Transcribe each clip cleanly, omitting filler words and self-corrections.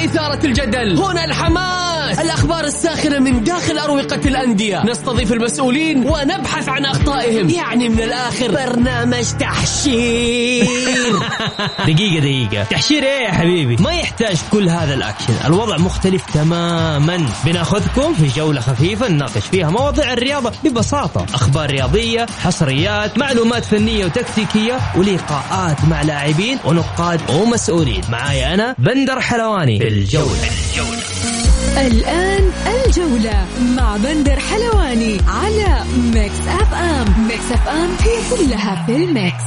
هنا إثارة الجدل، هنا الحماس، الأخبار الساخنة من داخل أروقة الأندية، نستضيف المسؤولين ونبحث عن أخطائهم. يعني من الآخر برنامج تحشير. دقيقة تحشير ايه يا حبيبي؟ ما يحتاج كل هذا الأكشن، الوضع مختلف تماما. بناخذكم في جولة خفيفة نناقش فيها مواضيع الرياضة ببساطة، أخبار رياضية، حصريات، معلومات فنية وتكتيكية، ولقاءات مع لاعبين ونقاد ومسؤولين. معايا أنا بندر حلواني في الجولة. الآن الجولة مع بندر حلواني على ميكس أف أم. ميكس أف أم هي كلها في الميكس.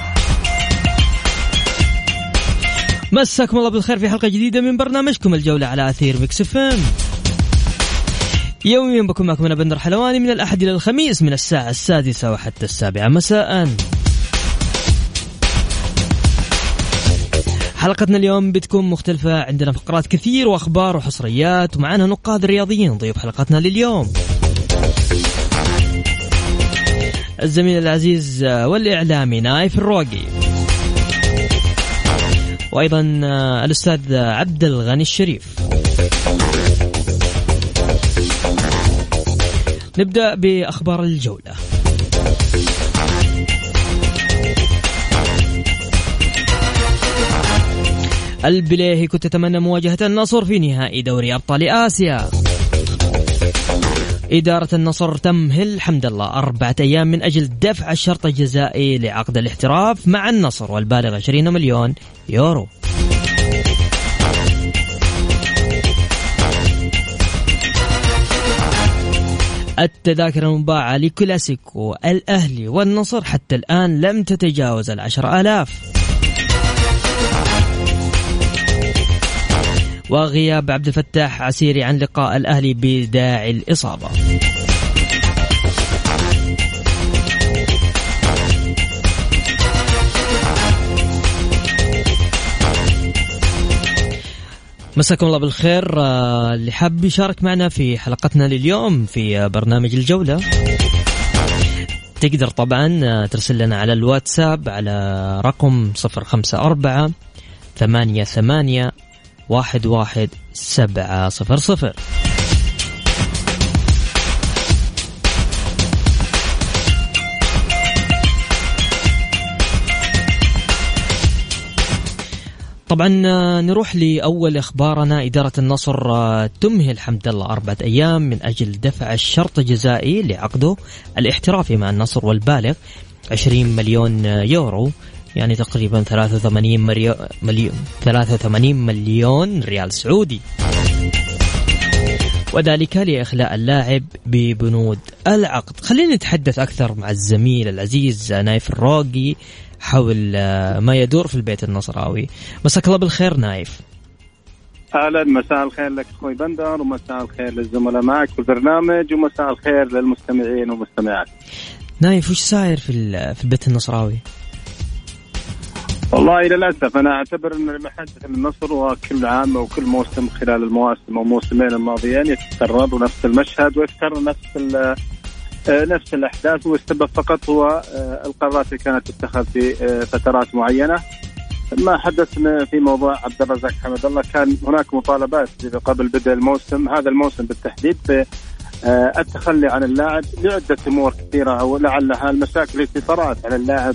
مساكم الله بالخير في حلقة جديدة من برنامجكم الجولة على أثير ميكس أف أم. يوميا بكون معكم أنا بندر حلواني من الأحد إلى الخميس من الساعة 6 وحتى 7 مساء. حلقتنا اليوم بتكون مختلفة، عندنا فقرات كثير وأخبار وحصريات، ومعنا نقاد رياضيين ضيوف حلقتنا لليوم. الزميل العزيز والإعلامي نايف الروقي، وأيضا الأستاذ عبد الغني الشريف. نبدأ بأخبار الجولة. البليهي كنت تتمنى مواجهة النصر في نهائي دوري أبطال آسيا. إدارة النصر تمهل حمد الله 4 أيام من أجل دفع الشرط الجزائي لعقد الاحتراف مع النصر والبالغ 20 مليون يورو. التذاكر المباعة لكلاسيكو الأهلي والنصر حتى الآن لم تتجاوز 10,000. وغياب عبد الفتاح عسيري عن لقاء الأهلي بداعي الإصابة. مساكم الله بالخير. اللي حاب يشارك معنا في حلقتنا لليوم في برنامج الجولة تقدر طبعا ترسل لنا على الواتساب على رقم 054-88-11700. طبعا نروح لأول أخبارنا. إدارة النصر تمهل حمد الله 4 أيام من أجل دفع الشرط الجزائي لعقده الاحترافي مع النصر والبالغ 20 مليون يورو، يعني تقريبا 83 مليون ريال سعودي، وذلك لإخلاء اللاعب ببنود العقد. خلينا نتحدث أكثر مع الزميل العزيز نايف الروقي حول ما يدور في البيت النصراوي. مساك الله بالخير نايف. أهلا، مساء الخير لك أخوي بندر، ومساء الخير للزملاء معك في البرنامج، ومساء الخير للمستمعين والمستمعات. نايف وش صاير في البيت النصراوي؟ والله للأسف أنا أعتبر أن المحدث النصر وكل عام وكل موسم خلال المواسم وموسمين الماضيين يتكرر نفس المشهد ويتكرر نفس الأحداث، والسبب فقط هو القرارات اللي كانت تتخذ في فترات معينة. ما حدث في موضوع عبد الرزاق حمد الله، كان هناك مطالبات قبل بدء الموسم، هذا الموسم بالتحديد، التخلي عن اللاعب لعدة أمور كثيرة، ولعلها المشاكل التي طرأت على اللاعب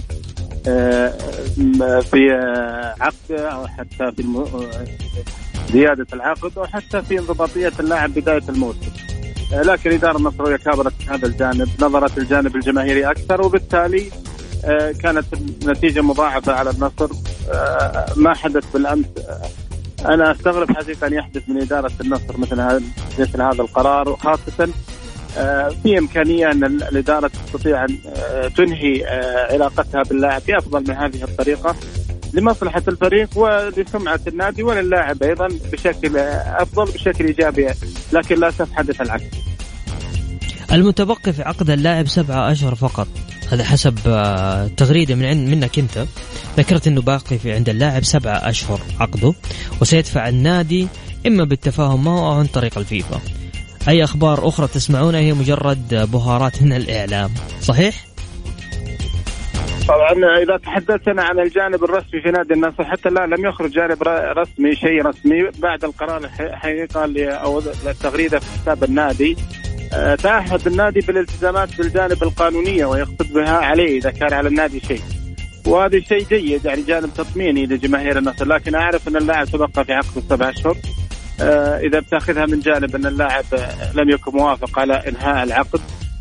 في عقده أو حتى في زيادة العقد أو حتى في انضباطية اللاعب بداية الموسم. لكن الإدارة النصراوية كابرت هذا الجانب، نظرت الجانب الجماهيري أكثر، وبالتالي كانت النتيجة مضاعفة على النصر. ما حدث بالأمس أنا أستغرب حقيقة أن يحدث من إدارة النصر مثل هذا القرار، وخاصة في إمكانية أن الإدارة تستطيع أن تنهي علاقتها باللاعب بأفضل من هذه الطريقة لمصلحة الفريق ولسمعة النادي وللاعب أيضا بشكل أفضل بشكل إيجابي، لكن للأسف حدث العكس. المتبقي في عقد اللاعب 7 أشهر فقط، هذا حسب تغريدة منك أنت، ذكرت أنه باقي في عند اللاعب 7 أشهر عقده، وسيدفع النادي إما بالتفاهم معه أو عن طريق الفيفا. أي أخبار أخرى تسمعونها هي مجرد بهارات من الإعلام، صحيح؟ طبعا إذا تحدثنا عن الجانب الرسمي في نادي النصر حتى لا لم يخرج جانب رسمي شيء رسمي بعد القرار الحقيقة أو التغريدة في حساب النادي. تعهد النادي بالالتزامات بالجانب القانونية ويقصد بها عليه إذا كان على النادي شيء، وهذا شيء جيد يعني جانب تطميني لجماهير النصر. لكن أعرف أن اللاعب تبقى في عقد 7 أشهر. إذا بتاخذها من جانب أن اللاعب لم يكن موافق على إنهاء العقد،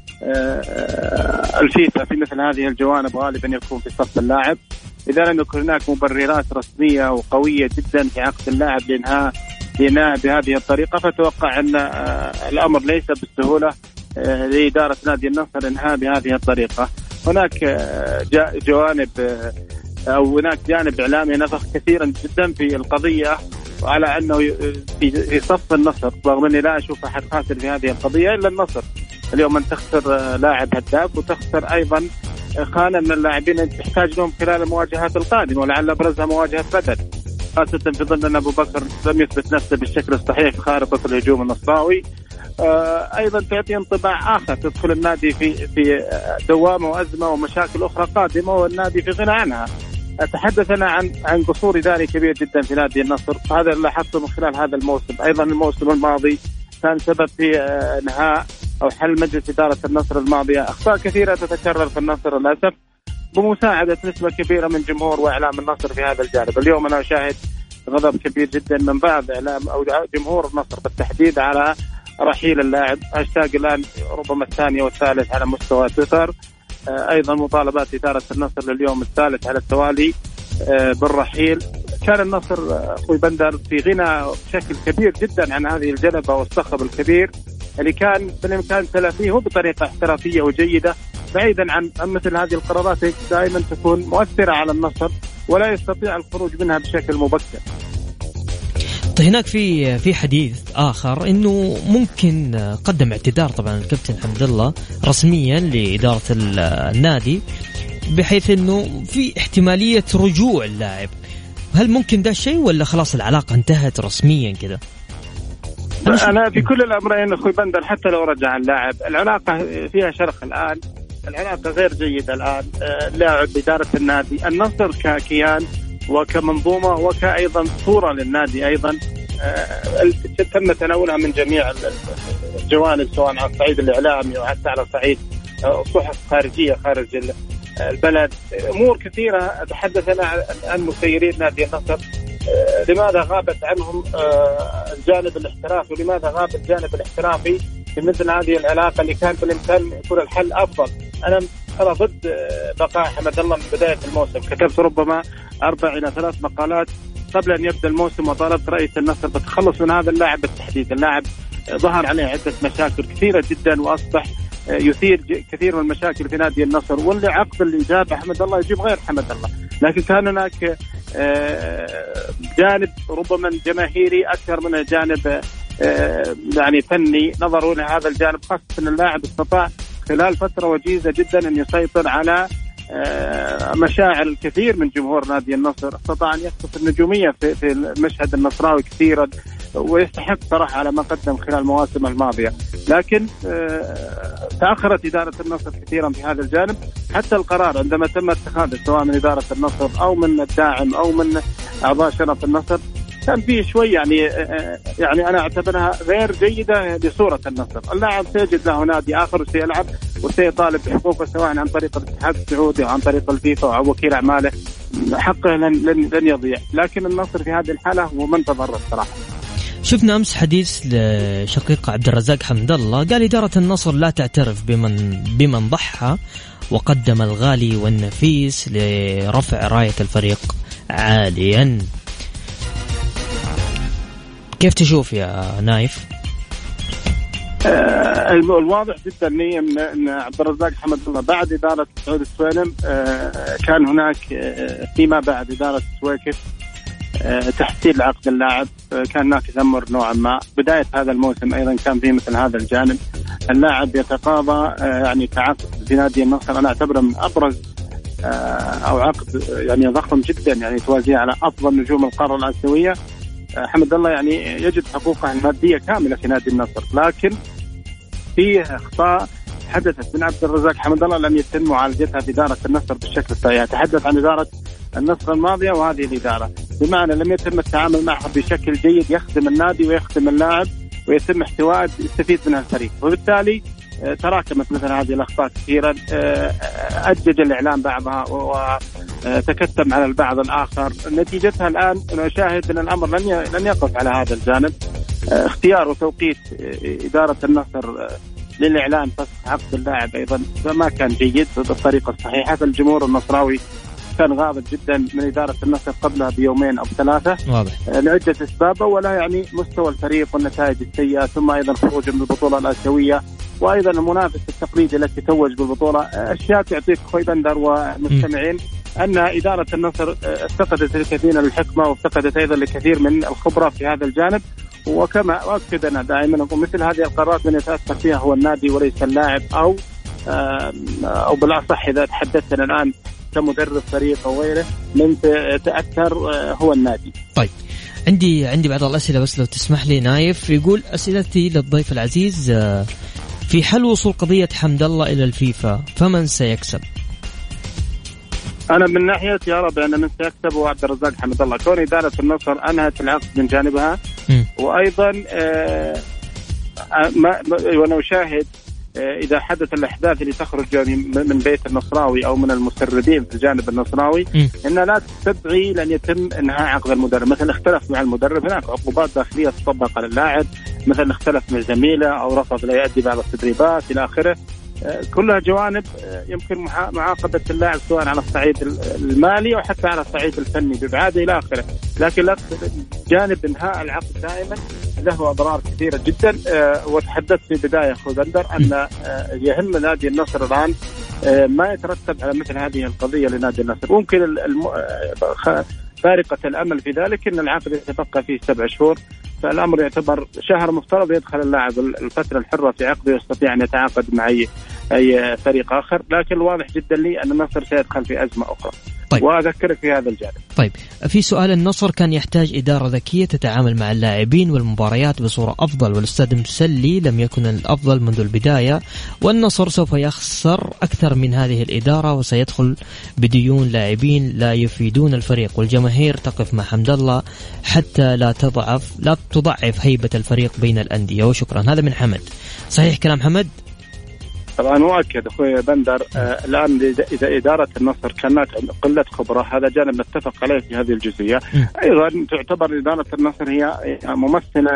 الفيفا في مثل هذه الجوانب غالبا يكون في صف اللاعب. إذا لم يكن هناك مبررات رسمية وقوية جدا في عقد اللاعب لإنهاء بهذه الطريقة، فتوقع أن الأمر ليس بالسهولة لإدارة نادي النصر إنهاء بهذه الطريقة. هناك جوانب أو هناك جانب إعلامي نفخ كثيرا جدا في القضية وعلى أنه في صف النصر، رغم أني لا أشوف أحد خاسر في هذه القضية إلا النصر. اليوم أن تخسر لاعب هداف وتخسر أيضا خانة من اللاعبين تحتاج لهم خلال المواجهات القادمة، ولعل أبرزها مواجهة بدر، خاصة في ظل أن أبو بكر لم يثبت نفسه بالشكل الصحيح في خارطة الهجوم النصراوي. أيضا تعطي انطباع آخر، تدخل النادي في دوامة وأزمة ومشاكل أخرى قادمة والنادي في غنى عنها. أتحدث أنا عن قصور إداري كبير جدا في نادي النصر، هذا اللي لاحظته من خلال هذا الموسم. أيضا الموسم الماضي كان سبب في إنهاء أو حل مجلس إدارة النصر الماضية أخطاء كثيرة تتكرر في النصر للأسف، بمساعدة نسبة كبيرة من جمهور وإعلام النصر في هذا الجانب. اليوم أنا أشاهد غضب كبير جدا من بعض إعلام أو جمهور النصر بالتحديد على رحيل اللاعب. هاشتاج الآن ربما الثاني والثالث على مستوى تويتر. أيضا مطالبات إدارة النصر لليوم الثالث على التوالي بالرحيل. كان النصر أخوي بندر في غنى بشكل كبير جدا عن هذه الجلبة والصخب الكبير اللي كان بالإمكان تلافيه بطريقة احترافية وجيدة، بعيدا عن مثل هذه القرارات دائما تكون مؤثرة على النصر ولا يستطيع الخروج منها بشكل مبكر. طيب هناك في حديث آخر إنه ممكن قدم اعتذار طبعا الكابتن حمد الله رسميا لإدارة النادي، بحيث إنه في احتمالية رجوع اللاعب. هل ممكن ده الشيء ولا خلاص العلاقة انتهت رسميا كده؟ أنا في كل الأمرين أخوي بندر حتى لو رجع اللاعب العلاقة فيها شرخ الآن، العلاقة غير جيدة الآن. لاعب إدارة النادي النصر ككيان وكمنظومة وكأيضا صورة للنادي أيضا تم تناولها من جميع الجوانب، سواء على الصعيد الإعلامي وحتى على صعيد صحف خارجية خارج البلد. أمور كثيرة أتحدث أنا عن مسيرين نادي النصر، لماذا غابت عنهم الجانب الاحترافي ولماذا غاب الجانب الاحترافي في مثل هذه العلاقة اللي كان بالإمكان يكون الحل أفضل. أنا ضد بقاء حمد الله من بداية الموسم، كتبت ربما 4 إلى 3 مقالات قبل أن يبدأ الموسم وطالبت رئيس النصر بالتخلص من هذا اللاعب بالتحديد. اللاعب ظهر عليه عدة مشاكل كثيرة جدا وأصبح يثير كثير من المشاكل في نادي النصر، واللي عقد اللي جاب حمد الله يجيب غير حمد الله. لكن كان هناك جانب ربما جماهيري أكثر من الجانب يعني فني، نظروا لهذا الجانب، خاصة أن اللاعب استطاع خلال فترة وجيزة جدا أن يسيطر على مشاعر الكثير من جمهور نادي النصر، استطاع أن يخطف النجومية في المشهد النصراوي كثيرا، ويستحق صراحة على ما قدم خلال المواسم الماضية. لكن تأخرت إدارة النصر كثيرا في هذا الجانب. حتى القرار عندما تم اتخاذه سواء من إدارة النصر أو من الداعم أو من أعضاء شرف النصر كان فيه شوي يعني أنا أعتبرها غير جيدة لصورة النصر. اللاعب سيجد له نادي آخر وسيلعب وسيطالب بحقوقه سواء عن طريق الاتحاد السعودي أو عن طريق الفيفا أو وكيل أعماله، حقه لن يضيع. لكن النصر في هذه الحالة هو من تضرر صراحة. شفنا أمس حديث لشقيق عبد الرزاق حمد الله، قال إدارة النصر لا تعترف بمن ضحى وقدم الغالي والنفيس لرفع راية الفريق عاليا. كيف تشوف يا نايف؟ الواضح جدا ان عبد الرزاق حمد الله بعد إدارة سعود السويلم كان هناك فيما بعد إدارة سويكس تحصيل عقد اللاعب، كان هناك تذمر نوعا ما. بداية هذا الموسم أيضا كان فيه مثل هذا الجانب، اللاعب يتقاضى يعني كعقد في نادي النصر أنا أعتبره من أبرز أو عقد يعني ضخم جدا، يعني توازيه على أفضل نجوم القارة الآسيوية. حمد الله يعني يجد حقوقه المادية كاملة في نادي النصر، لكن فيه أخطاء حدثت من عبد الرزاق حمد الله لم يتم معالجتها في إدارة النصر بالشكل الصحيح. تحدث عن إدارة النصر الماضية وهذه الإدارة، بمعنى لم يتم التعامل معها بشكل جيد يخدم النادي ويخدم اللاعب ويتم احتواء يستفيد منها الفريق، وبالتالي تراكمت مثل هذه الأخطاء كثيرا، أجج الإعلام بعضها وتكتم على البعض الآخر. نتيجتها الآن نشاهد أن الأمر لن يقف على هذا الجانب. اختيار وتوقيت إدارة النصر للإعلان فسخ عقد اللاعب أيضا ما كان جيد بالطريقة الصحيحة. الجمهور النصراوي كان غاضب جدا من إدارة النصر قبلها بيومين أو 3 واضح لعدة أسباب، ولا يعني مستوى الفريق والنتائج السيئة، ثم أيضا خروج من البطولة الآسيوية، وأيضا المنافس التقليدي التي توج بالبطولة. أشياء تعطيك أخوي بندر والمستمعين أن إدارة النصر افتقدت الكثير من الحكمة وافتقدت أيضا الكثير من الخبرة في هذا الجانب. وكما أؤكدنا دائما مثل هذه القرارات من يتأثر فيها هو النادي وليس اللاعب، أو بالأصح إذا تحدثنا الآن كمدرب فريق أو غيره من تأثر هو النادي. طيب عندي بعض الأسئلة بس لو تسمح لي نايف. يقول أسئلتي للضيف العزيز: في حل وصول قضية حمد الله إلى الفيفا فمن سيكسب؟ أنا من ناحية يرى بأن من سيكسب هو عبد الرزاق حمد الله، كون إدارة النصر أنهت العقد من جانبها، وأيضا وأنا أشاهد إذا حدث الأحداث اللي تخرج من بيت النصراوي أو من المسردين في الجانب النصراوي إنها لا تستدعي لأن يتم إنهاء عقد المدرب. مثل اختلف مع المدرب هناك عقوبات داخلية تطبق على اللاعب، مثل اختلف مع زميله أو رفض لا يؤدي بعض التدريبات إلى آخره. كلها جوانب يمكن معاقبة اللاعب سواء على الصعيد المالي أو حتى على الصعيد الفني بإبعاده إلى آخره. لكن جانب إنهاء العقد دائما له أضرار كثيرة جدا. وتحدثت في بداية أخو بندر أن يهم نادي النصر الآن ما يترتب على مثل هذه القضية لنادي النصر. ممكن فارقة الأمل في ذلك أن العقد يتبقى فيه 7 شهور، فالأمر يعتبر شهر مفترض يدخل اللاعب الفترة الحرة في عقده يستطيع أن يتعاقد مع أي فريق آخر. لكن الواضح جدا لي أن النصر سيدخل في أزمة أخرى. طيب. وأذكرك في هذا الجانب. طيب في سؤال: النصر كان يحتاج إدارة ذكية تتعامل مع اللاعبين والمباريات بصورة أفضل، والأستاذ مسلي لم يكن الأفضل منذ البداية، والنصر سوف يخسر أكثر من هذه الإدارة وسيدخل بديون لاعبين لا يفيدون الفريق، والجماهير تقف مع حمد الله حتى لا تضعف هيبة الفريق بين الأندية. وشكرا. هذا من حمد. صحيح كلام حمد؟ طبعا مؤكد أخوي بندر. الآن إذا إدارة النصر كانت قلة خبرة هذا جانب نتفق عليه في هذه الجزئية. أيضا تعتبر إدارة النصر هي ممثلة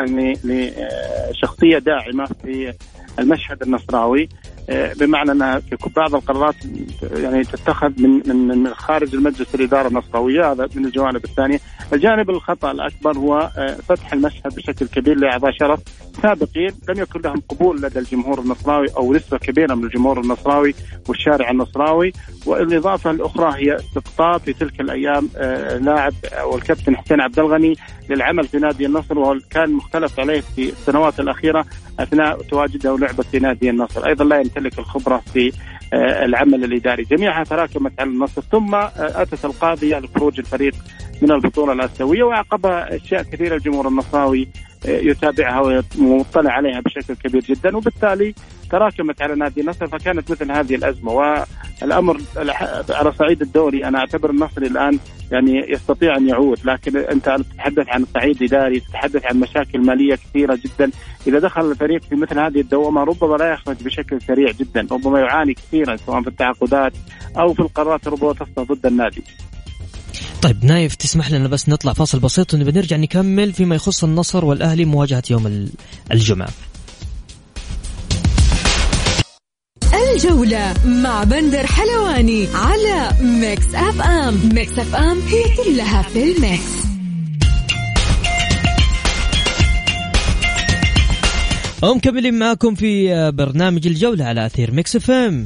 لشخصية داعمة في المشهد النصراوي، بمعنى أنها في بعض القرارات يعني تتخذ من خارج المجلس الإدارة النصراوية. هذا من الجوانب الثانية. الجانب الخطأ الأكبر هو فتح المشهد بشكل كبير لأعضاء شرف سابقين لم يكن لهم قبول لدى الجمهور النصراوي أو نسبة كبيرة من الجمهور النصراوي والشارع النصراوي. والإضافة الأخرى هي استقطاب في تلك الأيام لاعب والكابتن حسين عبد الغني للعمل في نادي النصر، وكان مختلف عليه في السنوات الأخيرة أثناء تواجده ولعبة في نادي النصر. أيضا لا يمتلك الخبرة في العمل الإداري. جميعها تراكمت على النصر، ثم أتت القاضية لخروج الفريق من البطولة الآسيوية وعقبها أشياء كثيرة الجمهور النصراوي يتابعها ومطلع عليها بشكل كبير جدا، وبالتالي تراكمت على نادي النصر فكانت مثل هذه الأزمة. والأمر على صعيد الدوري أنا أعتبر النصر الآن يعني يستطيع أن يعود، لكن أنت تتحدث عن صعيد إداري، تتحدث عن مشاكل مالية كثيرة جدا. إذا دخل الفريق في مثل هذه الدوامة ربما لا يخرج بشكل سريع جدا، ربما يعاني كثيرا سواء في التعاقدات أو في القرارات ربما تصدر ضد النادي. طيب نايف تسمح لنا بس نطلع فاصل بسيط ونرجع نكمل فيما يخص النصر والأهلي مواجهة يوم الجمعة. الجولة مع بندر حلواني على ميكس أف أم. ميكس أف أم هي كلها في الميكس. مكملين معكم في برنامج الجولة على أثير ميكس أف أم.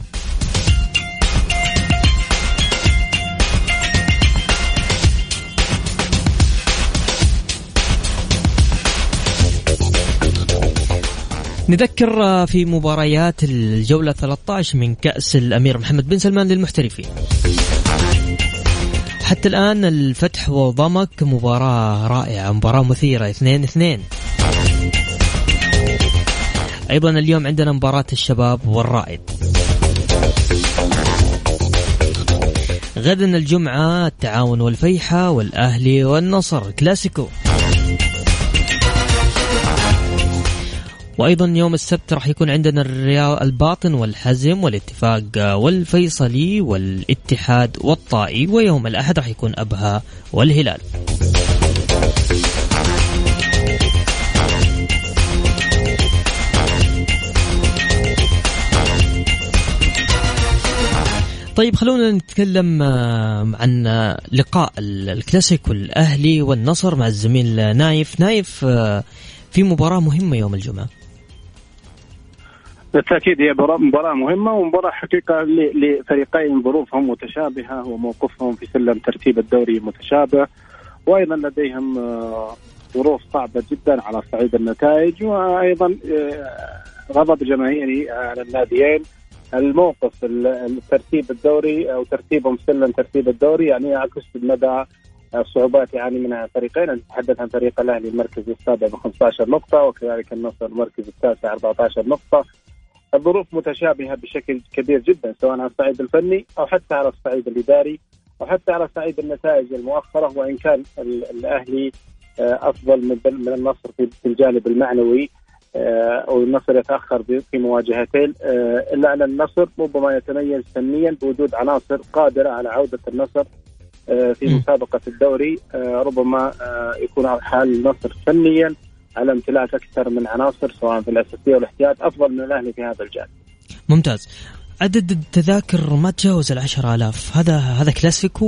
نذكر في مباريات الجولة 13 من كأس الأمير محمد بن سلمان للمحترفين. حتى الآن الفتح وضمك مباراة رائعة، مباراة مثيرة 2-2. أيضا اليوم عندنا مباراة الشباب والرائد. غدا الجمعة التعاون والفيحة والأهلي والنصر كلاسيكو. وأيضا يوم السبت راح يكون عندنا الباطن والحزم والاتفاق والفيصلي والاتحاد والطائي. ويوم الأحد راح يكون أبها والهلال. طيب خلونا نتكلم عن لقاء الكلاسيكو الأهلي والنصر مع الزميل نايف في مباراة مهمة يوم الجمعة. بالتأكيد هي مباراة مهمة ومباراة حقيقة لفريقين ظروفهم متشابهة وموقفهم في سلم ترتيب الدوري متشابه، وأيضا لديهم ظروف صعبة جدا على صعيد النتائج، وأيضا غضب جماهيري على الناديين. الموقف الترتيب الدوري أو ترتيبهم سلم ترتيب الدوري يعني يعكس مدى الصعوبات يعني منها فريقين. نتحدث عن فريق الأهلي المركز السابع ب15 نقطة، وكذلك النصر المركز التاسع 14 نقطة. الظروف متشابهة بشكل كبير جدا سواء على الصعيد الفني أو حتى على الصعيد الإداري أو حتى على صعيد النتائج المؤخرة، وإن كان الأهلي أفضل من النصر في الجانب المعنوي، أو النصر يتأخر في مواجهتين، إلا أن النصر ربما يتميز فنيا بوجود عناصر قادرة على عودة النصر في مسابقة الدوري. ربما يكون حال النصر فنيا على امتلاك أكثر من عناصر سواء في الأساسية والاحتياط أفضل من الأهلي في هذا الجانب. ممتاز. عدد التذاكر ما تجاوز 10,000. هذا كلاسيكو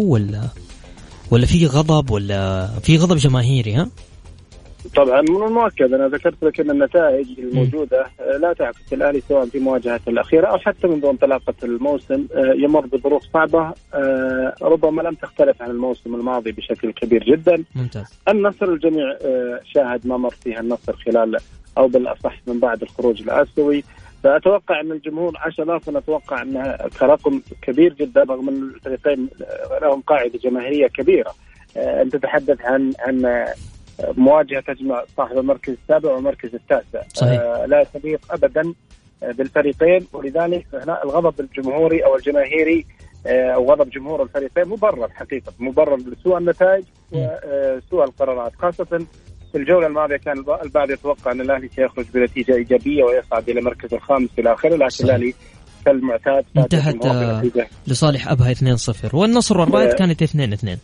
ولا في غضب ولا في غضب جماهيري؟ ها طبعا من المؤكد أنا ذكرت لك أن النتائج الموجودة لا تعكس الأهلي سواء في مواجهته الأخيرة أو حتى منذ انطلاقة الموسم. يمر بظروف صعبة ربما لم تختلف عن الموسم الماضي بشكل كبير جدا. ممتاز. النصر الجميع شاهد ما مر فيها النصر خلال أو بالأصح من بعد الخروج الآسيوي، فأتوقع أن الجمهور 10,000 نتوقع أنها كرقم كبير جدا رغم أن الفريقين لهم قاعدة جماهيرية كبيرة. أنت تتحدث عن مواجهة تجمع صاحب المركز السابع والمركز التاسع. لا تليق أبدا بالفريقين، ولذلك هنا الغضب الجمهوري أو الجماهيري أو غضب جمهور الفريقين مبرر حقيقة، مبرر لسوء النتائج وسوء القرارات. خاصة في الجولة الماضية كان البعض يتوقع أن الأهلي سيخرج بنتيجة إيجابية ويصعد إلى المركز الخامس إلى آخره، لكن الأهلي كالمعتاد انتهت لصالح أبها 2-0، والنصر والرائد كانت 2-2.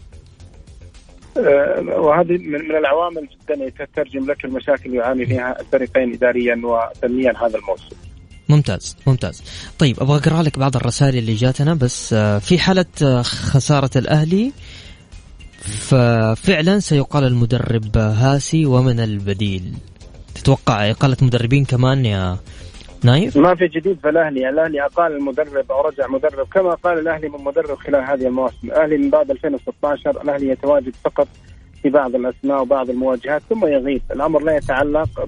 وهذه من العوامل جدا تترجم لك المشاكل يعاني فيها الفريقين إداريا وفنيا هذا الموسم. ممتاز. طيب أبغى أقرأ لك بعض الرسائل اللي جاتنا، بس في حالة خسارة الأهلي ففعلا سيقال المدرب هاسي ومن البديل. تتوقع إقالة مدربين كمان يا نايف؟ ما في جديد في الأهلي أقال المدرب أو رجع مدرب كما قال الأهلي من مدرب خلال هذه المواسم. الأهلي من بعد 2016 الأهلي يتواجد فقط في بعض الأسماء وبعض المواجهات ثم يغيب. الأمر لا يتعلق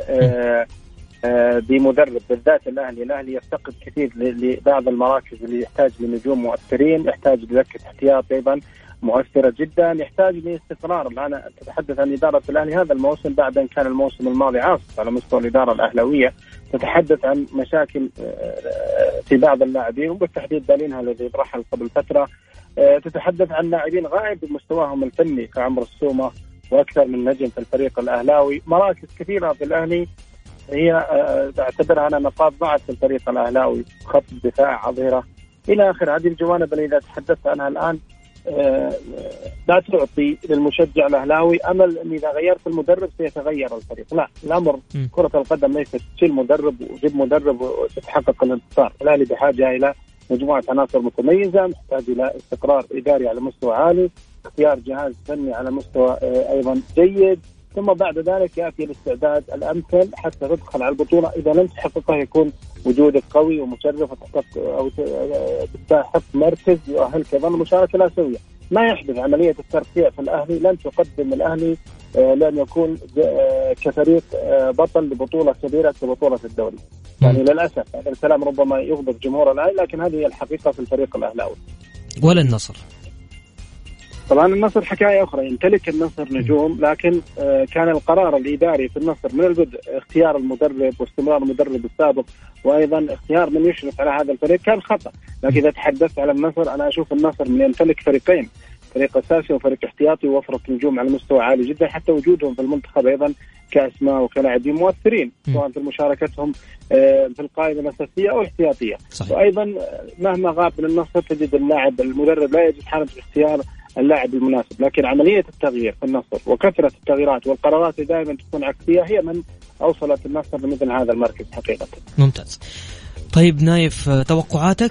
بمدرب بالذات. الأهلي يفتقد كثير لبعض المراكز اللي يحتاج لنجوم مؤثرين، يحتاج لذكة احتياط أيضا مؤثرة جدا، يحتاج لاستقرار. أنا أتحدث عن إدارة الأهلي هذا الموسم بعد أن كان الموسم الماضي عاصف على مستوى الإدارة الأهلاوية. تتحدث عن مشاكل في بعض اللاعبين وبالتحديد دالينها الذي رحل قبل فترة. تتحدث عن لاعبين غائب بمستواهم الفني كعمر السومة وأكثر من نجم في الفريق الأهلاوي. مراكز كثيرة في الأهلي هي تعتبرها أنا نقاط ضعف في الفريق الأهلاوي، خط الدفاع، أظهرة إلى آخر. هذه الجوانب اللي إذا تحدثت عنها الآن لا تعطي للمشجع الأهلاوي أمل أن إذا غيرت المدرب سيتغير الفريق. لا، الأمر كرة القدم ليست تشيل مدرب وجيب مدرب وتتحقق الانتصار. الأهلي بحاجة إلى مجموعة عناصر متميزة، محتاج إلى استقرار إداري على مستوى عالي، اختيار جهاز فني على مستوى أيضا جيد، ثم بعد ذلك يأتي الاستعداد الأمثل حتى تدخل على البطولة. إذا لم تحققها يكون وجودك قوي ومشرف أو تستحق مركز يؤهلك أيضا المشاركة الآسيوية. ما يحدث عملية الترفيع في الأهلي لن تقدم الأهلي لن يكون كفريق بطل لبطولة كبيرة كبطولة الدوري. يعني للأسف هذا الكلام ربما يغضب جمهور الأهلي، لكن هذه الحقيقة في الفريق الأهلاوي. ولا النصر طبعا النصر حكاية أخرى، يمتلك النصر نجوم، لكن كان القرار الإداري في النصر من البدء اختيار المدرب واستمرار المدرب السابق، وأيضا اختيار من يشرف على هذا الفريق كان خطأ. لكن إذا تحدثت على النصر، أنا أشوف النصر من يمتلك فريقين، فريق أساسي وفريق احتياطي، ووفرت نجوم على مستوى عالي جدا، حتى وجودهم في المنتخب أيضا كأسماء وكلاعبين مؤثرين سواء في مشاركتهم في القائمة الأساسية أو الاحتياطية. وأيضا مهما غاب من النصر تجد اللاعب المدرب لا يجد حالة اختيار اللاعب المناسب، لكن عملية التغيير في النصر وكثرة التغييرات والقرارات دائما تكون عكسية هي من أوصلت النصر لمثل هذا المركز حقيقة. ممتاز. طيب نايف، توقعاتك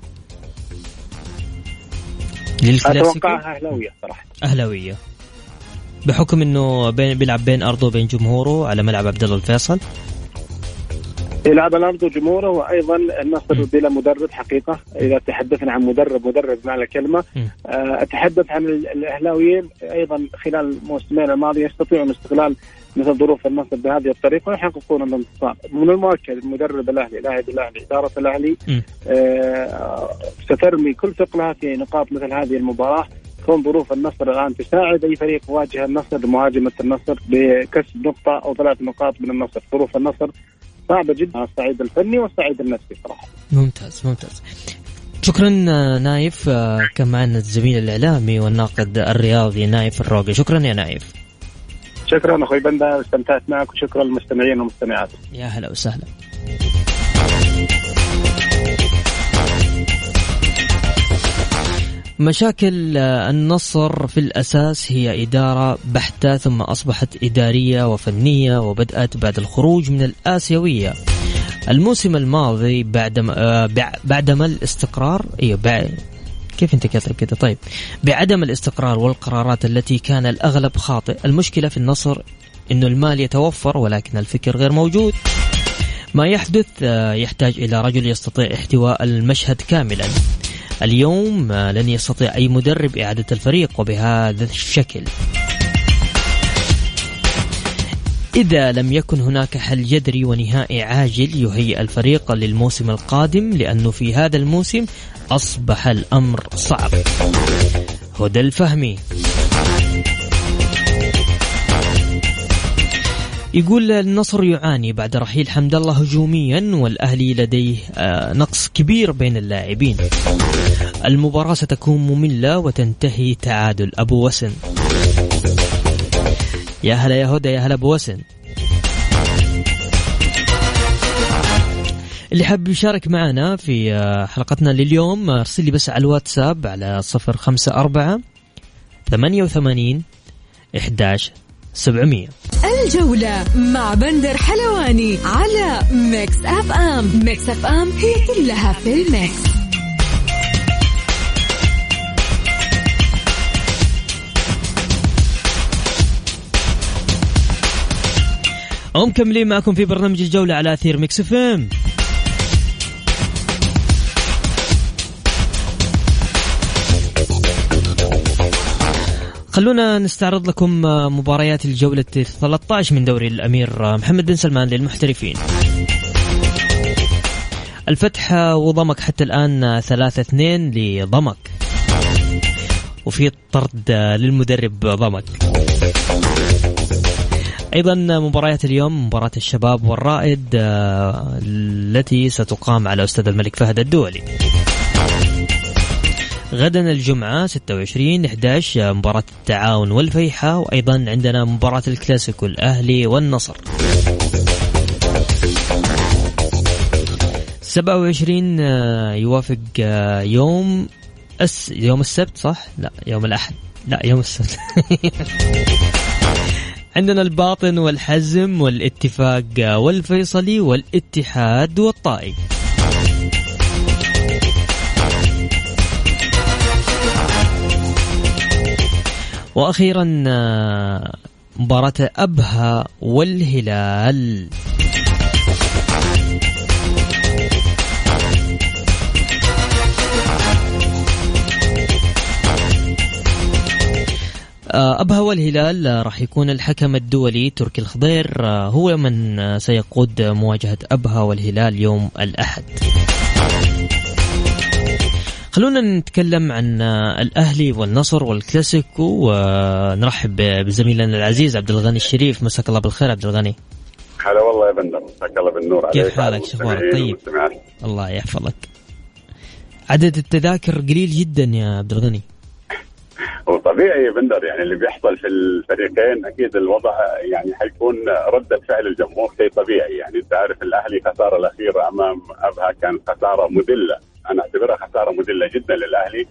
للكلاسيكو؟ أتوقعها أهلاوية صراحة. أهلاوية بحكم أنه بيلعب بين أرضه وبين جمهوره على ملعب عبد الله الفيصل. يلعب على أرضه جمهوره، وأيضا النصر بلا مدرب حقيقة. إذا تحدثنا عن مدرب معنى الكلمة، أتحدث عن الأهلاويين أيضا خلال الموسمين الماضية يستطيعون استغلال مثل ظروف النصر بهذه الطريقة ويحققون الانتصار. من المؤكد المدرب الأهلي، لاعب الأهلي، إدارة الأهلي سترمي كل ثقلها في نقاط مثل هذه المباراة. كون ظروف النصر الآن تساعد أي فريق واجه النصر بمهاجمة النصر بكسب نقطة أو 3 نقاط من النصر. ظروف النصر صعبة جدا على الصعيد الفني والصعيد النفسي صراحة. ممتاز. شكرا نايف. كان معنا الزميل الإعلامي والناقد الرياضي نايف الروقي. شكرا يا نايف. شكرا أخوي بندر، استمتعت معك، وشكرا للمستمعين والمستمعات. يا هلا وسهلا. مشاكل النصر في الأساس هي إدارة بحتة، ثم أصبحت إدارية وفنية، وبدأت بعد الخروج من الآسيوية الموسم الماضي بعدما الاستقرار. كيف انت كاتب كده؟ طيب، بعدم الاستقرار والقرارات التي كان الأغلب خاطئ. المشكلة في النصر إنه المال يتوفر ولكن الفكر غير موجود. ما يحدث يحتاج إلى رجل يستطيع احتواء المشهد كاملا. اليوم لن يستطيع أي مدرب إعادة الفريق وبهذا الشكل إذا لم يكن هناك حل جذري ونهائي عاجل يهيئ الفريق للموسم القادم، لأنه في هذا الموسم أصبح الأمر صعب. هدى الفهمي يقول النصر يعاني بعد رحيل حمد الله هجوميا، والأهلي لديه نقص كبير بين اللاعبين. المباراة ستكون مملة وتنتهي تعادل. أبو وسن. يا هلا يا هدى، يا هلا أبو وسن. اللي حاب يشارك معنا في حلقتنا لليوم ارسل لي بس على الواتساب على 054 88 11 700. الجولة مع بندر حلواني على ميكس اف ام. ميكس اف ام هي كلها في الميكس. مكملين معكم في برنامج الجولة على أثير ميكس اف ام. خلونا نستعرض لكم مباريات الجولة 13 من دوري الأمير محمد بن سلمان للمحترفين. الفتح وضمك حتى الآن 3-2 لضمك، وفي طرد للمدرب ضمك. أيضا مباريات اليوم مباراة الشباب والرائد التي ستقام على أستاذ الملك فهد الدولي. غدا الجمعة 26/11 مباراة التعاون والفيحة، وأيضا عندنا مباراة الكلاسيكو الأهلي والنصر. 27 يوافق يوم السبت، صح؟ لا يوم الأحد، لا يوم السبت. عندنا الباطن والحزم والاتفاق والفيصلي والاتحاد والطائي. وأخيرا مباراة أبها والهلال. أبها والهلال راح يكون الحكم الدولي تركي الخضير هو من سيقود مواجهة أبها والهلال يوم الأحد. خلونا نتكلم عن الأهلي والنصر والكلاسيكو، ونرحب بزميلنا العزيز عبد الغني الشريف. مساك الله بالخير عبد الغني. هلا والله يا بندر، مساك الله بالنور عليك. كيف حالك؟ شخبارك؟ طيب الله يحفظك. عدد التذاكر قليل جدا يا عبد الغني. وطبيعي يا بندر، يعني اللي بيحصل في الفريقين اكيد الوضع يعني حيكون ردة فعل الجمهور شيء طبيعي. يعني انت عارف الاهلي خسارة الاخيرة امام ابها كانت خسارة مذلة، انا اعتبرها خسارة مذلة جدا للاهلي.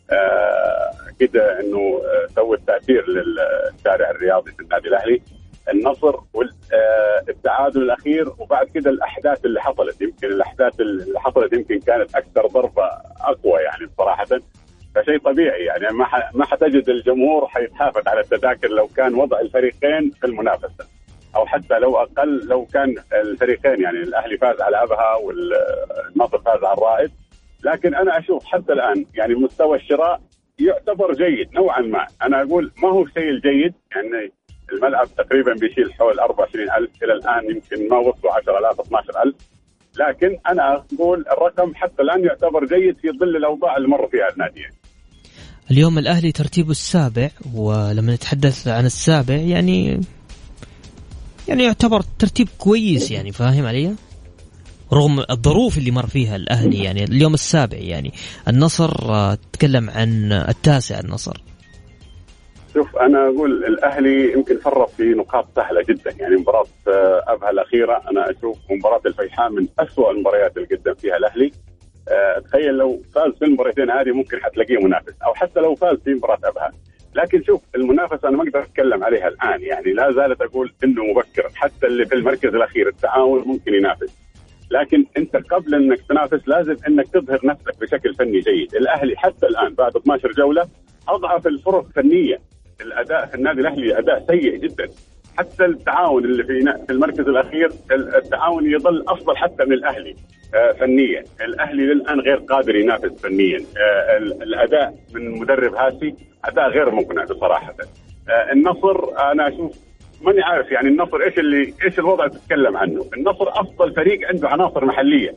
كده انه سوت تأثير للشارع الرياضي في النادي الاهلي. النصر والتعادل الاخير وبعد كده الاحداث اللي حصلت، يمكن الاحداث اللي حصلت يمكن كانت اكثر ضربة اقوى يعني صراحة. فشيء طبيعي يعني ما حتجد الجمهور حيتحافظ على التذاكر لو كان وضع الفريقين في المنافسة، أو حتى لو أقل لو كان الفريقين يعني الأهلي فاز على أبها والنصر فاز على الرائد. لكن أنا أشوف حتى الآن يعني مستوى الشراء يعتبر جيد نوعا ما. أنا أقول ما هو شيء الجيد، يعني الملعب تقريبا بيشيل حول 24,000 إلى الآن، يمكن ما وصلوا 10,000 12,000. لكن أنا أقول الرقم حتى الآن يعتبر جيد في ظل الأوضاع اللي مر فيها الناديين. اليوم الأهلي ترتيبه السابع، ولما نتحدث عن السابع يعني يعتبر ترتيب كويس، يعني فاهم علي؟ رغم الظروف اللي مر فيها الأهلي يعني اليوم السابع. يعني النصر تتكلم عن التاسع النصر. شوف أنا أقول الأهلي يمكن فرط في نقاط سهلة جدا. يعني مباراة أبها الأخيرة أنا أشوف مباراة الفيحاء من أسوأ المباريات اللي قدم فيها الأهلي. تخيل لو فاز في المباراتين هذه ممكن حتلاقيه منافس، أو حتى لو فاز في مباراة أبها. لكن شوف المنافسة أنا ما أقدر أتكلم عليها الآن، يعني لا زالت أقول إنه مبكر. حتى اللي في المركز الأخير التعاون ممكن ينافس، لكن أنت قبل إنك تنافس لازم إنك تظهر نفسك بشكل فني جيد. الأهلي حتى الآن بعد 12 جولة أضعف الفرق فنيا. الأداء في النادي الأهلي أداء سيء جدا. حتى التعاون اللي في المركز الأخير التعاون يظل أفضل حتى من الأهلي فنيا. الأهلي للآن غير قادر ينافس فنيا. الأداء من مدرب هاسي أداء غير مقنع بصراحة. النصر أنا أشوف ماني عارف يعني النصر إيش الوضع اللي تتكلم عنه. النصر أفضل فريق عنده عناصر محلية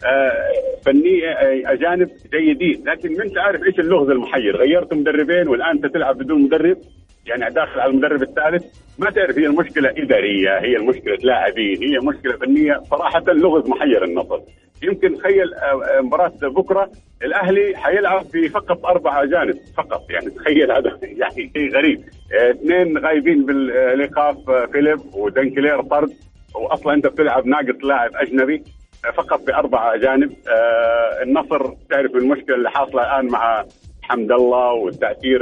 فنية أجانب جيدين، لكن ما أنت عارف إيش اللغز المحير. غيرت مدربين والآن تلعب بدون مدرب، يعني داخل على المدرب الثالث. ما تعرف هي المشكلة إدارية، هي المشكلة لاعبين، هي مشكلة فنية. صراحة لغز محير النصر. يمكن تخيل مباراة بكرة الأهلي حيلعب فقط 4 أجانب فقط، يعني تخيل هذا يعني شيء غريب. 2 غايبين بالإيقاف، فيليب ودنكلير طرد، وأصلا أنت بتلعب ناقص لاعب أجنبي فقط ب4 أجانب. النصر تعرف المشكلة اللي حاصلة الآن مع حمد الله والتأثير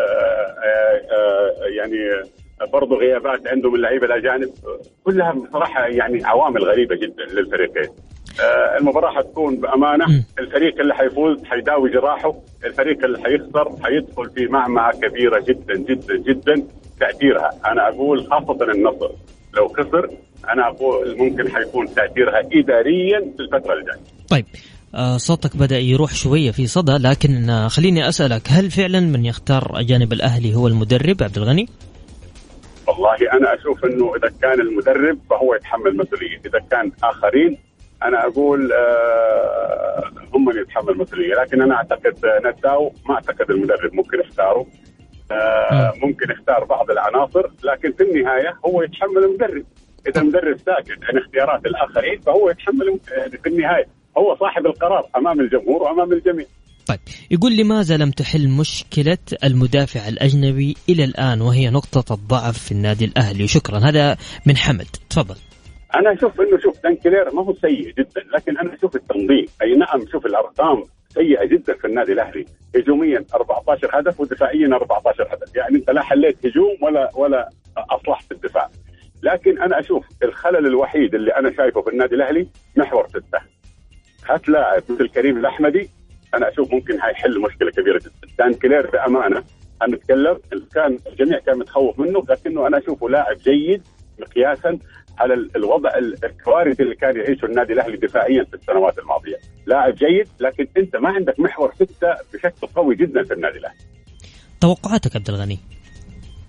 يعني برضو غيابات عندهم اللعيبة الأجانب، كلها بصراحة يعني عوامل غريبة جدا للفريقين. المباراة حتكون بأمانة. الفريق اللي حيفوز حيداوي جراحه، الفريق اللي حيخسر حيدخل في معمعة كبيرة جدا جدا جدا. تأثيرها أنا أقول خاصة النصر لو خسر أنا أقول ممكن حيكون تأثيرها إداريا في الفترة الجاية. طيب صوتك بدأ يروح شوية في صدى، لكن خليني أسألك، هل فعلا من يختار أجانب الأهلي هو المدرب عبد الغني؟ والله أنا أشوف أنه إذا كان المدرب فهو يتحمل مسؤولية، إذا كان آخرين أنا أقول هم من يتحمل مسؤولية. لكن أنا أعتقد نتاو ما أعتقد المدرب ممكن يختاره. ممكن يختار بعض العناصر، لكن في النهاية هو يتحمل المدرب. إذا المدرب ساكت عن اختيارات الآخرين فهو يتحمل في النهاية، هو صاحب القرار أمام الجمهور وأمام الجميع. طيب يقول لماذا لم تحل مشكلة المدافع الأجنبي إلى الآن وهي نقطة الضعف في النادي الأهلي؟ شكرا. هذا من حمد، تفضل. أنا أشوف إنه دانكلير ما هو سيء جدا، لكن أنا أشوف التنظيم. أي نعم شوف الأرقام سيئة جدا في النادي الأهلي. هجوميا 14 هدف ودفاعيا 14 هدف، يعني أنت لا حليت هجوم ولا أصلحت الدفاع. لكن أنا أشوف الخلل الوحيد اللي أنا شايفه في النادي الأهلي محور 6. هات لاعب مثل كريم الأحمدي أنا أشوف ممكن هيحل مشكلة كبيرة جدا. دانكلير بأمانة هنتكلم الكان الجميع كان متخوف منه، لكنه أنا أشوفه لاعب جيد مقياسا على الوضع الكوارثي اللي كان يعيشه النادي الأهلي دفاعيا في السنوات الماضية. لاعب جيد، لكن أنت ما عندك محور 6 بشكل قوي جدا في النادي الأهلي. توقعاتك عبد الغني؟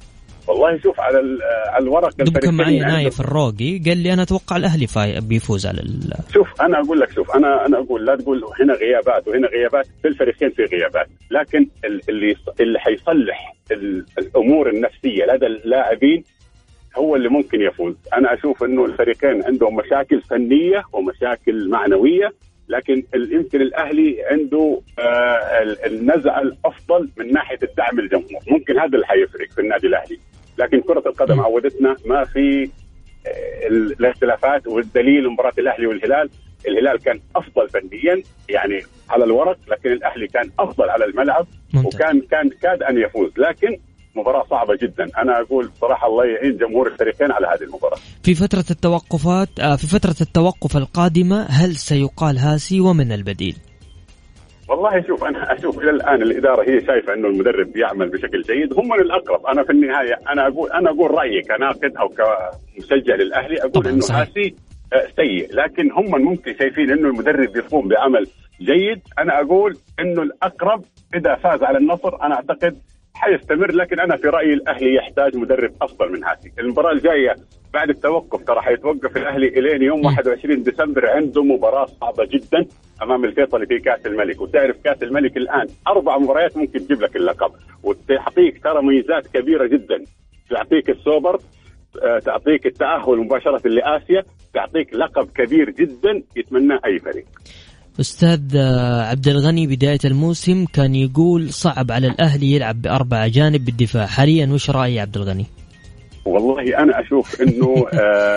والله شوف على الورق دبكة معي نايف الروقي قال لي أنا أتوقع الأهلي بيفوز على شوف أنا أقول لك، شوف أنا أقول لا تقول هنا غيابات وهنا غيابات، في الفريقين في غيابات، لكن اللي حيصلح الأمور النفسية لدى اللاعبين هو اللي ممكن يفوز. أنا أشوف إنه الفريقين عندهم مشاكل فنية ومشاكل معنوية، لكن يمكن الأهلي عنده النزعة الأفضل من ناحية الدعم الجمهور، ممكن هذا اللي حيفرق في النادي الأهلي. لكن كرة القدم عودتنا ما في الاختلافات، والدليل مباراة الأهلي والهلال، الهلال كان أفضل فنيا يعني على الورق، لكن الأهلي كان أفضل على الملعب وكان كاد أن يفوز، لكن مباراة صعبة جدا. أنا أقول صراحة الله يعين جمهور الفريقين على هذه المباراة. في فترة التوقف القادمة هل سيقال هاسي ومن البديل؟ والله شوف أنا أشوف إلى الآن الإدارة هي شايفة إنه المدرب يعمل بشكل جيد، هم من الأقرب. أنا في النهاية أنا أقول رأيي كناقد أو كمشجع للأهلي، أقول إنه هاسي سيء، لكن هم ممكن شايفين إنه المدرب يقوم بعمل جيد. أنا أقول إنه الأقرب إذا فاز على النصر أنا أعتقد حيستمر، لكن أنا في رأيي الأهلي يحتاج مدرب أفضل من هاسي. المباراة الجاية بعد التوقف ترى حيتوقف الأهلي إلين يوم 21 ديسمبر، عنده مباراة صعبة جدا أمام الفيصلي في كأس الملك، وتعرف كأس الملك الآن 4 مباريات ممكن تجيب لك اللقب، وتعطيك ترى ميزات كبيرة جدا، تعطيك السوبر، تعطيك التأهل مباشرة لآسيا، تعطيك لقب كبير جدا يتمناه أي فريق. أستاذ عبد الغني بداية الموسم كان يقول صعب على الأهلي يلعب ب4 أجانب بالدفاع، حاليا وش رأي عبد الغني؟ والله أنا أشوف إنه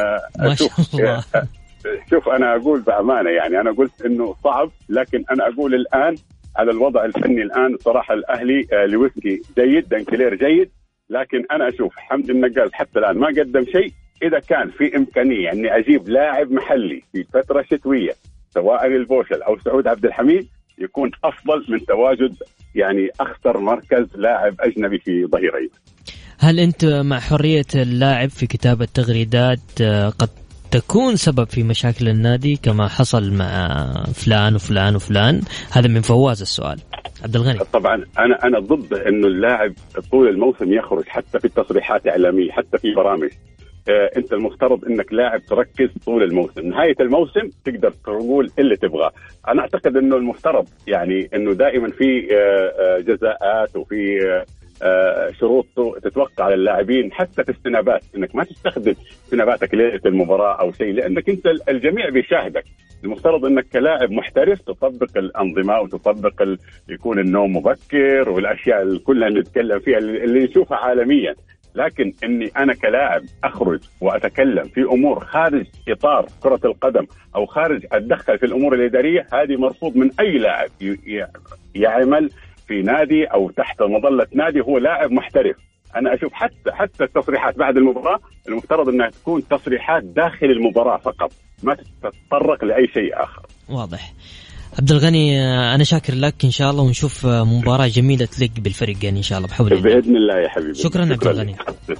شوف أنا أقول بأمانة، يعني أنا قلت إنه صعب، لكن أنا أقول الآن على الوضع الفني الآن صراحة الأهلي لويسكي جيد، دانكلير جيد، لكن أنا أشوف حمد النقاز حتى الآن ما قدم شيء. إذا كان في إمكانية أني أجيب لاعب محلي في فترة شتوية سواء البوشل أو سعود عبد الحميد يكون أفضل من تواجد يعني أخطر مركز لاعب أجنبي في ظهير أيمن. هل أنت مع حرية اللاعب في كتابة تغريدات قد تكون سبب في مشاكل النادي كما حصل مع فلان وفلان وفلان؟ هذا من فواز السؤال عبد الغني. طبعا أنا ضد إنه اللاعب طول الموسم يخرج، حتى في التصريحات إعلامية، حتى في برامج. انت المفترض انك لاعب تركز طول الموسم، نهاية الموسم تقدر تقول اللي تبغاه. انا اعتقد انه المفترض يعني انه دائما في جزاءات وفي شروط تتوقع على اللاعبين، حتى في السنابات انك ما تستخدم سناباتك ليلة المباراة او شيء، لانك انت الجميع بيشاهدك. المفترض انك كلاعب محترف تطبق الانظمة وتطبق يكون النوم مبكر والاشياء كلها اللي نتكلم فيها اللي نشوفها عالميا، لكن اني انا كلاعب اخرج واتكلم في امور خارج اطار كرة القدم او خارج اتدخل في الامور الادارية، هذه مرفوض من اي لاعب يعمل في نادي او تحت مظلة نادي هو لاعب محترف. انا اشوف حتى التصريحات بعد المباراة المفترض انها تكون تصريحات داخل المباراة فقط، ما تتطرق لاي شيء اخر. واضح. عبد الغني أنا شاكر لك إن شاء الله، ونشوف مباراة جميلة تليق بالفريقين إن شاء الله بحول الله. بإذن الله يا حبيبي. شكرا عبد الغني.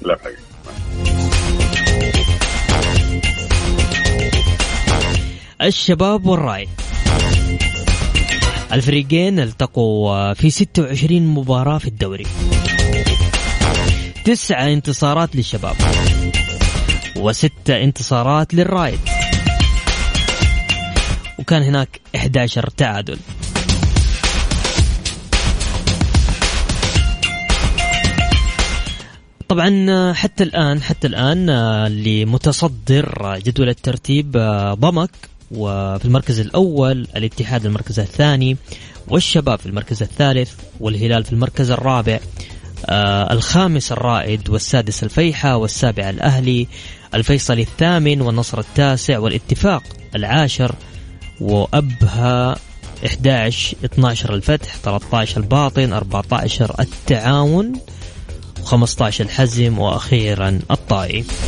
الشباب والرايد، الفريقين التقوا في 26 مباراة في الدوري، 9 انتصارات للشباب و6 انتصارات للرايد، وكان هناك 11 تعادل. طبعا حتى الآن اللي متصدر جدول الترتيب ضمك، وفي المركز الأول الاتحاد المركز الثاني، والشباب في المركز الثالث، والهلال في المركز الرابع، الخامس الرائد، والسادس الفيحة، والسابع الأهلي، الفيصلي الثامن، والنصر التاسع، والاتفاق العاشر، وأبها 11، 12 الفتح، 13 الباطن، 14 التعاون، و15 الحزم، وأخيرا الطائي.